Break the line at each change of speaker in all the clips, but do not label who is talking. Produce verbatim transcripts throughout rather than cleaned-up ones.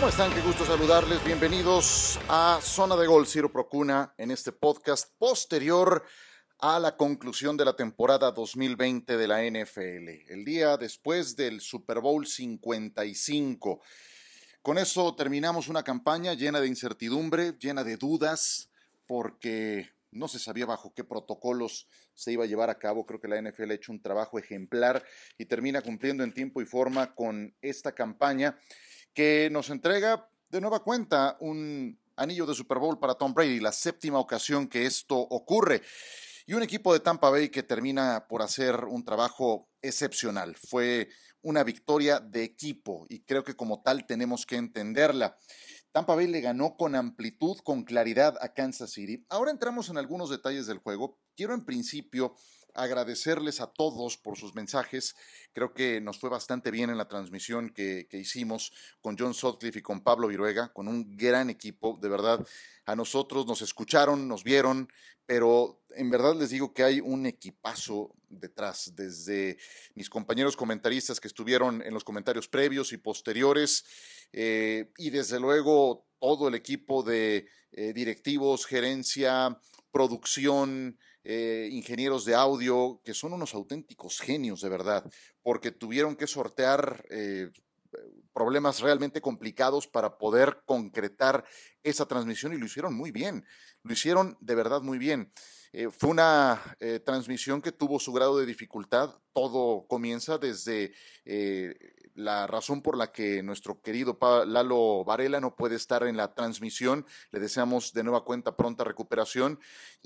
¿Cómo están? Qué gusto saludarles. Bienvenidos a Zona de Gol, Ciro Procuna, en este podcast posterior a la conclusión de la temporada dos mil veinte de la N F L. El día después del Super Bowl cincuenta y cinco. Con eso terminamos una campaña llena de incertidumbre, llena de dudas, porque no se sabía bajo qué protocolos se iba a llevar a cabo. Creo que la N F L ha hecho un trabajo ejemplar y termina cumpliendo en tiempo y forma con esta campaña que nos entrega de nueva cuenta un anillo de Super Bowl para Tom Brady, la séptima ocasión que esto ocurre. Y un equipo de Tampa Bay que termina por hacer un trabajo excepcional. Fue una victoria de equipo y creo que como tal tenemos que entenderla. Tampa Bay le ganó con amplitud, con claridad a Kansas City. Ahora entramos en algunos detalles del juego. Quiero en principio agradecerles a todos por sus mensajes. Creo que nos fue bastante bien en la transmisión que, que hicimos con John Sutcliffe y con Pablo Viruega, con un gran equipo. De verdad, a nosotros nos escucharon, nos vieron, pero en verdad les digo que hay un equipazo detrás, desde mis compañeros comentaristas que estuvieron en los comentarios previos y posteriores, eh, y desde luego todo el equipo de eh, directivos, gerencia, producción, eh, ingenieros de audio, que son unos auténticos genios de verdad, porque tuvieron que sortear eh, problemas realmente complicados para poder concretar esa transmisión y lo hicieron muy bien, lo hicieron de verdad muy bien. Eh, fue una eh, transmisión que tuvo su grado de dificultad. Todo comienza desde eh, la razón por la que nuestro querido Lalo Varela no puede estar en la transmisión. Le deseamos de nueva cuenta pronta recuperación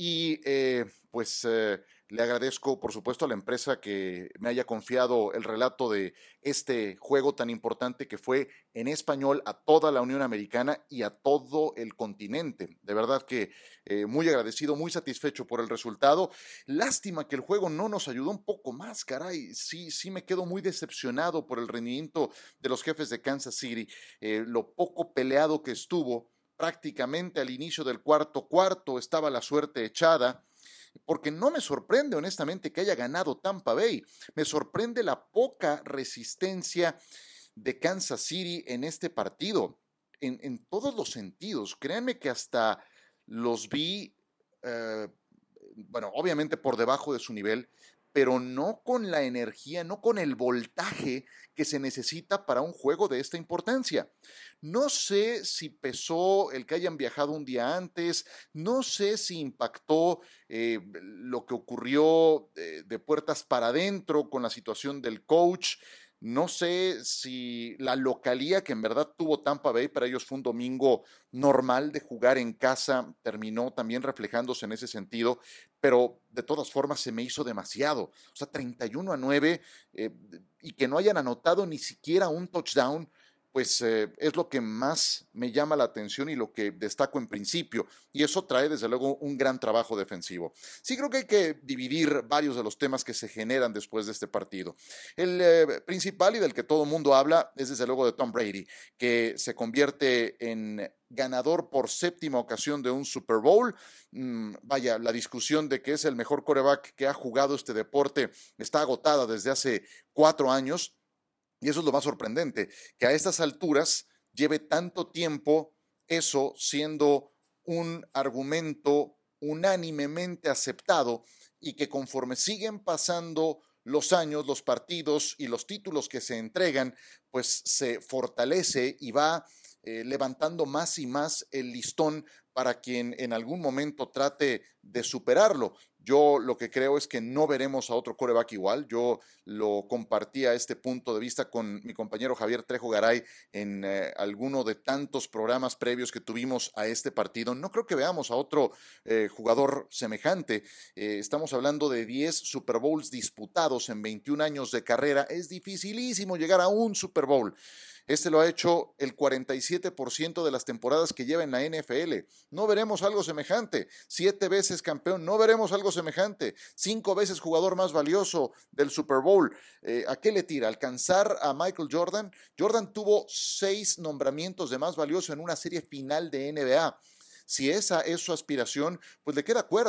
y eh, pues eh, le agradezco por supuesto a la empresa que me haya confiado el relato de este juego tan importante que fue en español a toda la Unión Americana y a todo el continente. De verdad que eh, muy agradecido, muy satisfecho por el resultado. Lástima que el juego no nos ayudó un poco más, caray. Sí, sí me quedo muy decepcionado por el rendimiento de los jefes de Kansas City. Eh, lo poco peleado que estuvo, prácticamente al inicio del cuarto cuarto estaba la suerte echada. Porque no me sorprende honestamente que haya ganado Tampa Bay, me sorprende la poca resistencia de Kansas City en este partido, en, en todos los sentidos. Créanme que hasta los vi, eh, bueno, obviamente por debajo de su nivel, pero no con la energía, no con el voltaje que se necesita para un juego de esta importancia. No sé si pesó el que hayan viajado un día antes, no sé si impactó eh, lo que ocurrió eh, de puertas para adentro con la situación del coach. No sé si la localía que en verdad tuvo Tampa Bay, para ellos fue un domingo normal de jugar en casa, terminó también reflejándose en ese sentido, pero de todas formas se me hizo demasiado. O sea, treinta y uno a nueve eh, y que no hayan anotado ni siquiera un touchdown, pues eh, es lo que más me llama la atención y lo que destaco en principio, y eso trae desde luego un gran trabajo defensivo. Sí creo que hay que dividir varios de los temas que se generan después de este partido. El eh, principal y del que todo el mundo habla es desde luego de Tom Brady, que se convierte en ganador por séptima ocasión de un Super Bowl. Mm, vaya, la discusión de que es el mejor quarterback que ha jugado este deporte está agotada desde hace cuatro años. Y eso es lo más sorprendente, que a estas alturas lleve tanto tiempo eso siendo un argumento unánimemente aceptado y que conforme siguen pasando los años, los partidos y los títulos que se entregan, pues se fortalece y va eh, levantando más y más el listón para quien en algún momento trate de superarlo. Yo lo que creo es que no veremos a otro quarterback igual. Yo lo compartía este punto de vista con mi compañero Javier Trejo Garay en eh, alguno de tantos programas previos que tuvimos a este partido. No creo que veamos a otro eh, jugador semejante. Eh, estamos hablando de diez Super Bowls disputados en veintiún años de carrera. Es dificilísimo llegar a un Super Bowl. Este lo ha hecho el cuarenta y siete por ciento de las temporadas que lleva en la N F L. No veremos algo semejante. Siete veces campeón, no veremos algo semejante. Cinco veces jugador más valioso del Super Bowl. Eh, ¿A qué le tira? ¿Alcanzar a Michael Jordan? Jordan tuvo seis nombramientos de más valioso en una serie final de N B A. Si esa es su aspiración, pues le queda cuerda,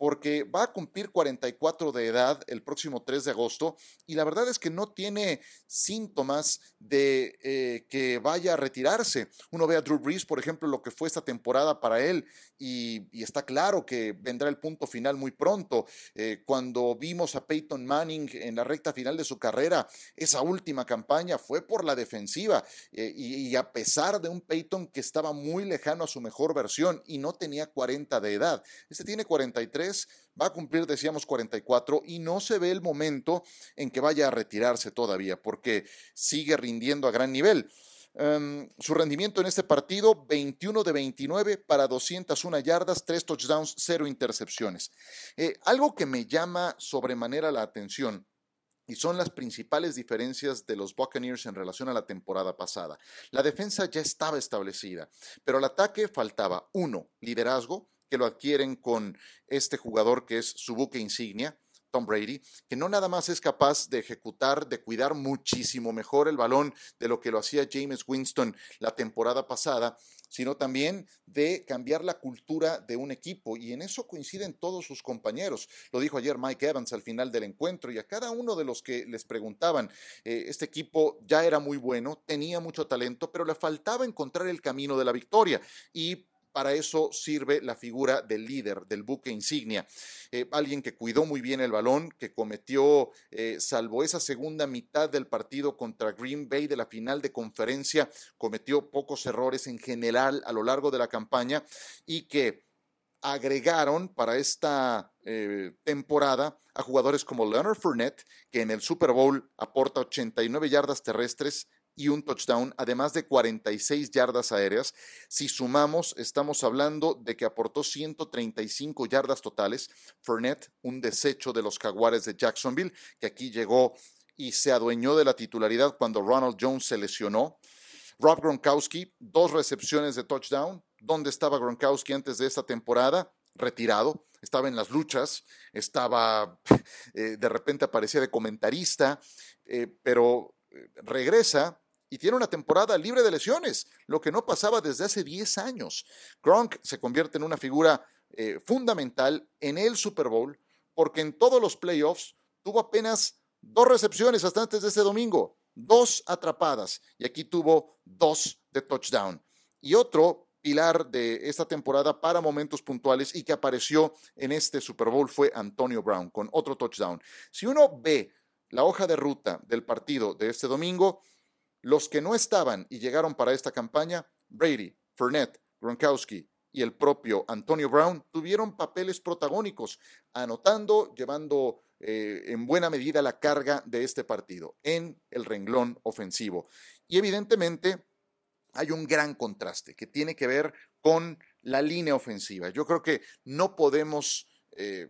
porque va a cumplir cuarenta y cuatro de edad el próximo tres de agosto y la verdad es que no tiene síntomas de eh, que vaya a retirarse. Uno ve a Drew Brees, por ejemplo, lo que fue esta temporada para él y, y está claro que vendrá el punto final muy pronto. Eh, cuando vimos a Peyton Manning en la recta final de su carrera, esa última campaña fue por la defensiva eh, y, y a pesar de un Peyton que estaba muy lejano a su mejor versión y no tenía cuarenta de edad. Este tiene cuarenta y tres, va a cumplir, decíamos, cuarenta y cuatro y no se ve el momento en que vaya a retirarse todavía porque sigue rindiendo a gran nivel. Um, su rendimiento en este partido, veintiuno de veintinueve para doscientas una yardas, tres touchdowns, cero intercepciones. Eh, algo que me llama sobremanera la atención y son las principales diferencias de los Buccaneers en relación a la temporada pasada. La defensa ya estaba establecida, pero al ataque faltaba, uno, liderazgo, que lo adquieren con este jugador que es su buque insignia, Tom Brady, que no nada más es capaz de ejecutar, de cuidar muchísimo mejor el balón de lo que lo hacía Jameis Winston la temporada pasada, sino también de cambiar la cultura de un equipo, y en eso coinciden todos sus compañeros. Lo dijo ayer Mike Evans al final del encuentro, y a cada uno de los que les preguntaban, eh, este equipo ya era muy bueno, tenía mucho talento, pero le faltaba encontrar el camino de la victoria, y para eso sirve la figura del líder, del buque insignia, eh, alguien que cuidó muy bien el balón, que cometió, eh, salvo esa segunda mitad del partido contra Green Bay de la final de conferencia, cometió pocos errores en general a lo largo de la campaña y que agregaron para esta eh, temporada a jugadores como Leonard Fournette, que en el Super Bowl aporta ochenta y nueve yardas terrestres y un touchdown, además de cuarenta y seis yardas aéreas. Si sumamos, estamos hablando de que aportó ciento treinta y cinco yardas totales. Fournette, un desecho de los Jaguares de Jacksonville, que aquí llegó y se adueñó de la titularidad cuando Ronald Jones se lesionó. Rob Gronkowski, dos recepciones de touchdown. ¿Dónde estaba Gronkowski antes de esta temporada? Retirado, estaba en las luchas, estaba, eh, de repente aparecía de comentarista, eh, pero regresa y tiene una temporada libre de lesiones, lo que no pasaba desde hace diez años. Gronk se convierte en una figura eh, fundamental en el Super Bowl porque en todos los playoffs tuvo apenas dos recepciones hasta antes de ese domingo, dos atrapadas, y aquí tuvo dos de touchdown. Y otro pilar de esta temporada para momentos puntuales y que apareció en este Super Bowl fue Antonio Brown con otro touchdown. Si uno ve la hoja de ruta del partido de este domingo, los que no estaban y llegaron para esta campaña, Brady, Fournette, Gronkowski y el propio Antonio Brown, tuvieron papeles protagónicos, anotando, llevando eh, en buena medida la carga de este partido en el renglón ofensivo. Y evidentemente hay un gran contraste que tiene que ver con la línea ofensiva. Yo creo que no podemos eh,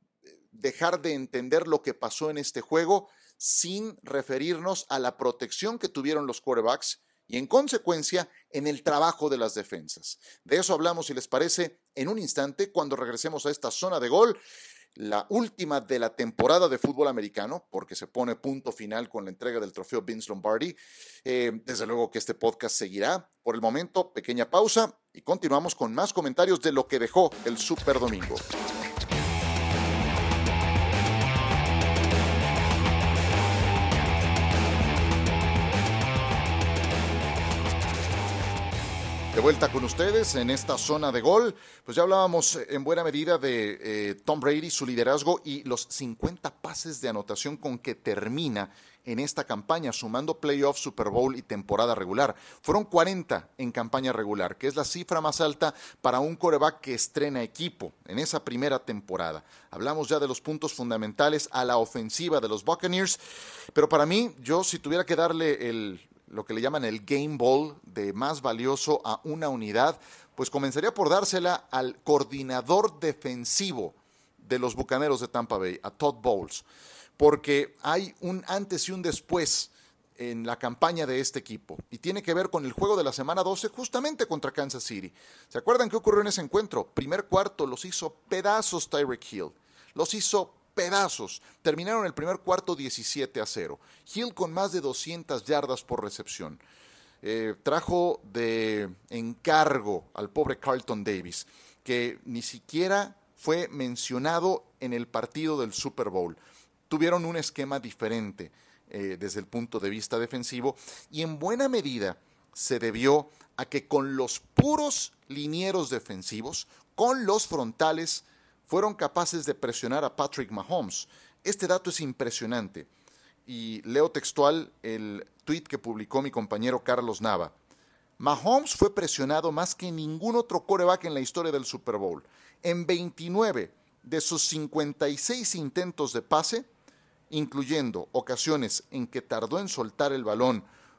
dejar de entender lo que pasó en este juego sin referirnos a la protección que tuvieron los quarterbacks y en consecuencia en el trabajo de las defensas. De eso hablamos, si les parece, en un instante cuando regresemos a esta zona de gol, la última de la temporada de fútbol americano, porque se pone punto final con la entrega del trofeo Vince Lombardi. Eh, desde luego que este podcast seguirá. Por el momento, pequeña pausa y continuamos con más comentarios de lo que dejó el Super Domingo. De vuelta con ustedes en esta zona de gol. Pues ya hablábamos en buena medida de eh, Tom Brady, su liderazgo y los cincuenta pases de anotación con que termina en esta campaña, sumando playoff, Super Bowl y temporada regular. Fueron cuarenta en campaña regular, que es la cifra más alta para un quarterback que estrena equipo en esa primera temporada. Hablamos ya de los puntos fundamentales a la ofensiva de los Buccaneers, pero para mí, yo si tuviera que darle el... lo que le llaman el Game Ball de más valioso a una unidad, pues comenzaría por dársela al coordinador defensivo de los Bucaneros de Tampa Bay, a Todd Bowles, porque hay un antes y un después en la campaña de este equipo, y tiene que ver con el juego de la semana doce justamente contra Kansas City. ¿Se acuerdan qué ocurrió en ese encuentro? Primer cuarto los hizo pedazos Tyreek Hill, los hizo pedazos. Terminaron el primer cuarto diecisiete a cero. Hill con más de doscientas yardas por recepción. Eh, trajo de encargo al pobre Carlton Davis, que ni siquiera fue mencionado en el partido del Super Bowl. Tuvieron un esquema diferente eh, desde el punto de vista defensivo y en buena medida se debió a que con los puros linieros defensivos, con los frontales, fueron capaces de presionar a Patrick Mahomes. Este dato es impresionante y leo textual el tweet que publicó mi compañero Carlos Nava. Mahomes fue presionado más que ningún otro quarterback en la historia del Super Bowl. En veintinueve de sus cincuenta y seis intentos de pase, incluyendo ocasiones en que tardó en soltar el balón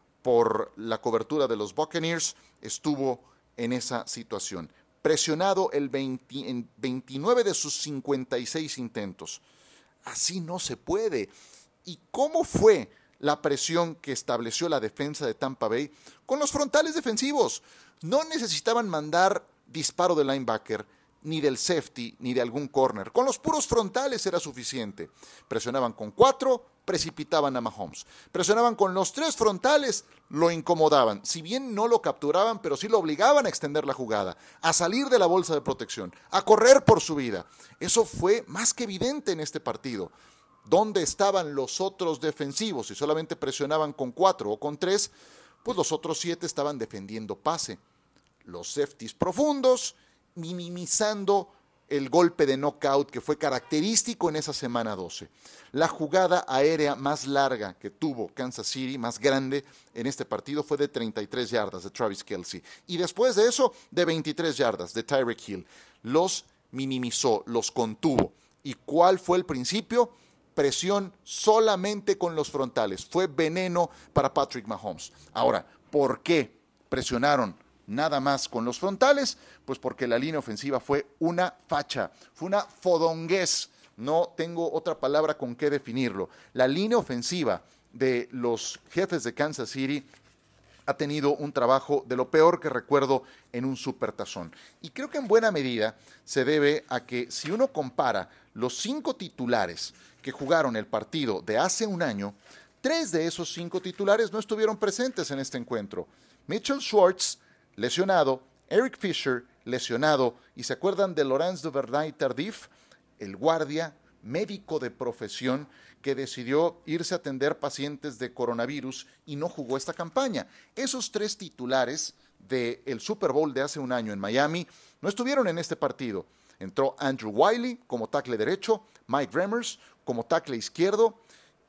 por la cobertura de los Buccaneers, estuvo en esa situación. Presionado el veinte, en veintinueve de sus cincuenta y seis intentos. Así no se puede. ¿Y cómo fue la presión que estableció la defensa de Tampa Bay? Con los frontales defensivos. No necesitaban mandar disparo del linebacker, ni del safety, ni de algún corner. Con los puros frontales era suficiente. Presionaban con cuatro, precipitaban a Mahomes. Presionaban con los tres frontales, lo incomodaban. Si bien no lo capturaban, pero sí lo obligaban a extender la jugada, a salir de la bolsa de protección, a correr por su vida. Eso fue más que evidente en este partido. ¿Dónde estaban los otros defensivos? Si solamente presionaban con cuatro o con tres, pues los otros siete estaban defendiendo pase. Los safeties profundos, minimizando el golpe de knockout que fue característico en esa semana doce. La jugada aérea más larga que tuvo Kansas City, más grande en este partido, fue de treinta y tres yardas de Travis Kelce. Y después de eso, de veintitrés yardas de Tyreek Hill. Los minimizó, los contuvo. ¿Y cuál fue el principio? Presión solamente con los frontales. Fue veneno para Patrick Mahomes. Ahora, ¿por qué presionaron nada más con los frontales? Pues porque la línea ofensiva fue una facha, fue una fodonguez. No tengo otra palabra con qué definirlo. La línea ofensiva de los Jefes de Kansas City ha tenido un trabajo de lo peor que recuerdo en un supertazón. Y creo que en buena medida se debe a que si uno compara los cinco titulares que jugaron el partido de hace un año, tres de esos cinco titulares no estuvieron presentes en este encuentro. Mitchell Schwartz, lesionado, Eric Fisher, lesionado, y ¿se acuerdan de Laurent Duvernay-Tardif? El guardia médico de profesión que decidió irse a atender pacientes de coronavirus y no jugó esta campaña. Esos tres titulares del Super Bowl de hace un año en Miami no estuvieron en este partido. Entró Andrew Wiley como tackle derecho, Mike Remmers como tackle izquierdo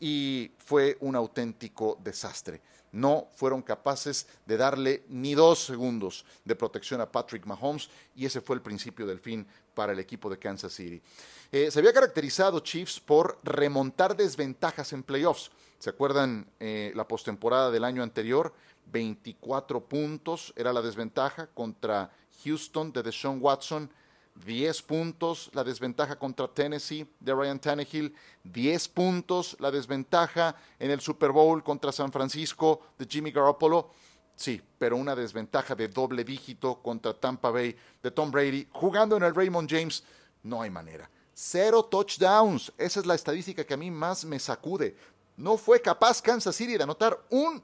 y fue un auténtico desastre. No fueron capaces de darle ni dos segundos de protección a Patrick Mahomes y ese fue el principio del fin para el equipo de Kansas City. Eh, se había caracterizado Chiefs por remontar desventajas en playoffs. ¿Se acuerdan eh, la postemporada del año anterior? veinticuatro puntos era la desventaja contra Houston de Deshaun Watson. diez puntos la desventaja contra Tennessee de Ryan Tannehill, diez puntos la desventaja en el Super Bowl contra San Francisco de Jimmy Garoppolo. Sí, pero una desventaja de doble dígito contra Tampa Bay de Tom Brady, jugando en el Raymond James, no hay manera. Cero touchdowns, esa es la estadística que a mí más me sacude. No fue capaz Kansas City de anotar un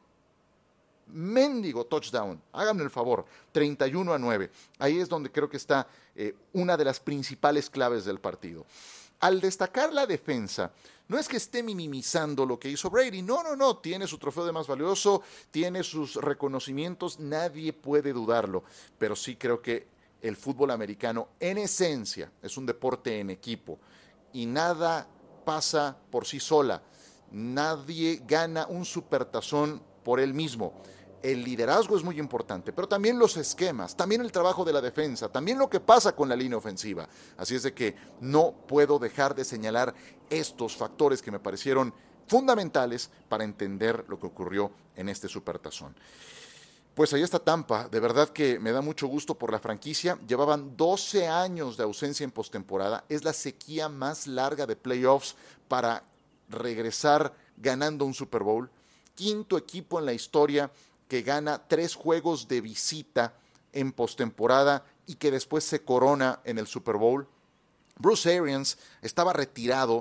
mendigo touchdown, háganme el favor, treinta y uno a nueve. Ahí es donde creo que está eh, una de las principales claves del partido. Al destacar la defensa, no es que esté minimizando lo que hizo Brady, no, no, no, tiene su trofeo de más valioso, tiene sus reconocimientos, nadie puede dudarlo, pero sí creo que el fútbol americano en esencia es un deporte en equipo y nada pasa por sí sola, nadie gana un supertazón por él mismo. El liderazgo es muy importante, pero también los esquemas, también el trabajo de la defensa, también lo que pasa con la línea ofensiva. Así es de que no puedo dejar de señalar estos factores que me parecieron fundamentales para entender lo que ocurrió en este supertazón. Pues ahí está Tampa, de verdad que me da mucho gusto por la franquicia. Llevaban doce años de ausencia en postemporada, es la sequía más larga de playoffs para regresar ganando un Super Bowl. Quinto equipo en la historia que gana tres juegos de visita en postemporada y que después se corona en el Super Bowl. Bruce Arians estaba retirado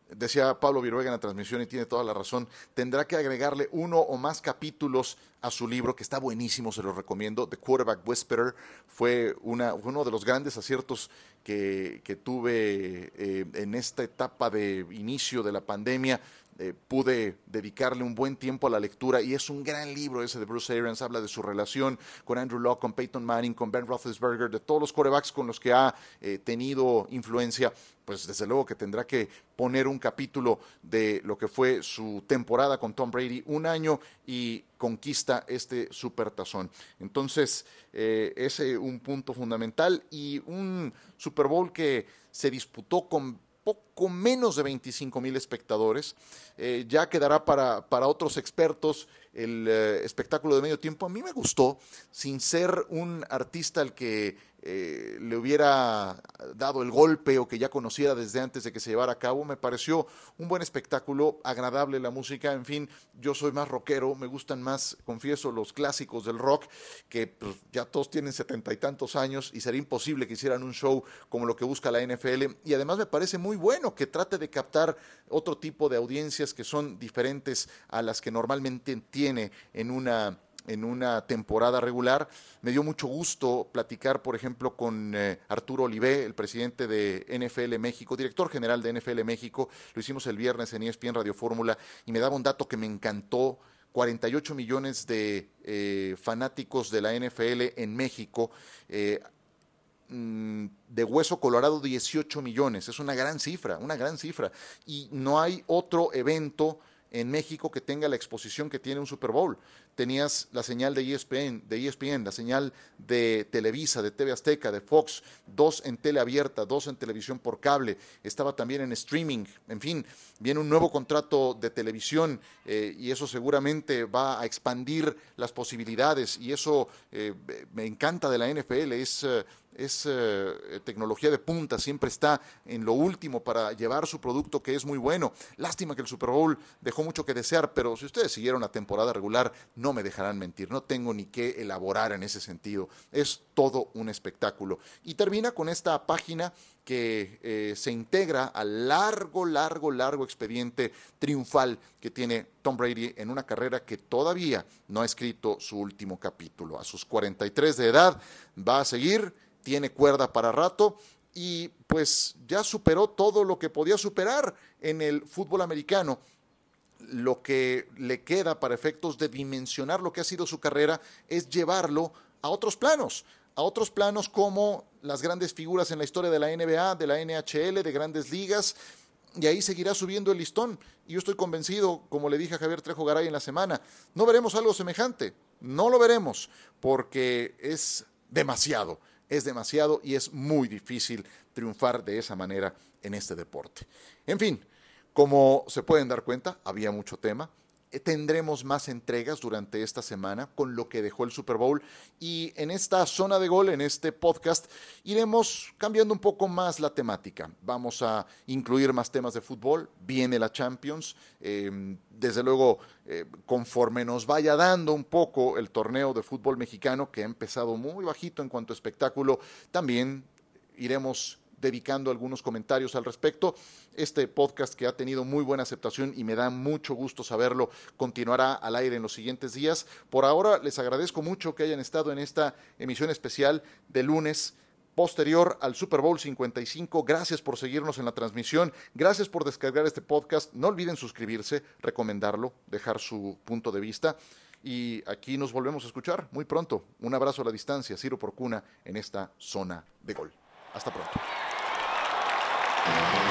decía Pablo Viruega en la transmisión y tiene toda la razón, tendrá que agregarle uno o más capítulos a su libro, que está buenísimo, se lo recomiendo. The Quarterback Whisperer fue una, uno de los grandes aciertos que, que tuve eh, en esta etapa de inicio de la pandemia. Eh, pude dedicarle un buen tiempo a la lectura y es un gran libro ese de Bruce Arians. Habla de su relación con Andrew Luck, con Peyton Manning, con Ben Roethlisberger, de todos los quarterbacks con los que ha eh, tenido influencia. Pues desde luego que tendrá que poner un capítulo de lo que fue su temporada con Tom Brady, un año y conquista este supertazón. Entonces, eh, ese un punto fundamental y un Super Bowl que se disputó con poco menos de veinticinco mil espectadores. Eh, ya quedará para, para otros expertos el eh, espectáculo de medio tiempo. A mí me gustó, sin ser un artista al que eh, le hubiera dado el golpe o que ya conociera desde antes de que se llevara a cabo. Me pareció un buen espectáculo, agradable la música. En fin, yo soy más rockero, me gustan más, confieso, los clásicos del rock, que pues, ya todos tienen setenta y tantos años y sería imposible que hicieran un show como lo que busca la N F L. Y además me parece muy bueno que trate de captar otro tipo de audiencias que son diferentes a las que normalmente tiene en una en una temporada regular. Me dio mucho gusto platicar, por ejemplo, con eh, Arturo Olivé, el presidente de N F L México, director general de N F L México. Lo hicimos el viernes en E S P N Radio Fórmula y me daba un dato que me encantó. cuarenta y ocho millones de eh, fanáticos de la N F L en México. Eh, de Hueso Colorado dieciocho millones, es una gran cifra, una gran cifra, y no hay otro evento en México que tenga la exposición que tiene un Super Bowl. Tenías la señal de E S P N, de E S P N, la señal de Televisa, de T V Azteca, de Fox, dos en tele abierta, dos en televisión por cable, estaba también en streaming. En fin, viene un nuevo contrato de televisión eh, y eso seguramente va a expandir las posibilidades, y eso eh, me encanta de la N F L. Es eh, es eh, tecnología de punta, siempre está en lo último para llevar su producto, que es muy bueno. Lástima que el Super Bowl dejó mucho que desear, pero si ustedes siguieron la temporada regular, no me dejarán mentir, no tengo ni qué elaborar en ese sentido. Es todo un espectáculo. Y termina con esta página que eh, se integra al largo, largo, largo expediente triunfal que tiene Tom Brady en una carrera que todavía no ha escrito su último capítulo. A sus cuarenta y tres de edad va a seguir, tiene cuerda para rato y pues ya superó todo lo que podía superar en el fútbol americano. Lo que le queda para efectos de dimensionar lo que ha sido su carrera es llevarlo a otros planos, a otros planos como las grandes figuras en la historia de la N B A, de la N H L, de grandes ligas, y ahí seguirá subiendo el listón. Y yo estoy convencido, como le dije a Javier Trejo Garay en la semana, no veremos algo semejante, no lo veremos, porque es demasiado. Es demasiado y es muy difícil triunfar de esa manera en este deporte. En fin, como se pueden dar cuenta, había mucho tema. Tendremos más entregas durante esta semana con lo que dejó el Super Bowl, y en esta zona de gol, en este podcast, iremos cambiando un poco más la temática. Vamos a incluir más temas de fútbol, viene la Champions, eh, desde luego eh, conforme nos vaya dando un poco el torneo de fútbol mexicano, que ha empezado muy bajito en cuanto a espectáculo, también iremos dedicando algunos comentarios al respecto. Este podcast, que ha tenido muy buena aceptación y me da mucho gusto saberlo, continuará al aire en los siguientes días. Por ahora les agradezco mucho que hayan estado en esta emisión especial de lunes posterior al Super Bowl cincuenta y cinco. Gracias por seguirnos en la transmisión, gracias por descargar este podcast. No olviden suscribirse, recomendarlo, dejar su punto de vista. Y aquí nos volvemos a escuchar muy pronto. Un abrazo a la distancia, Ciro Procuna, en esta zona de gol. Hasta pronto. Thank you.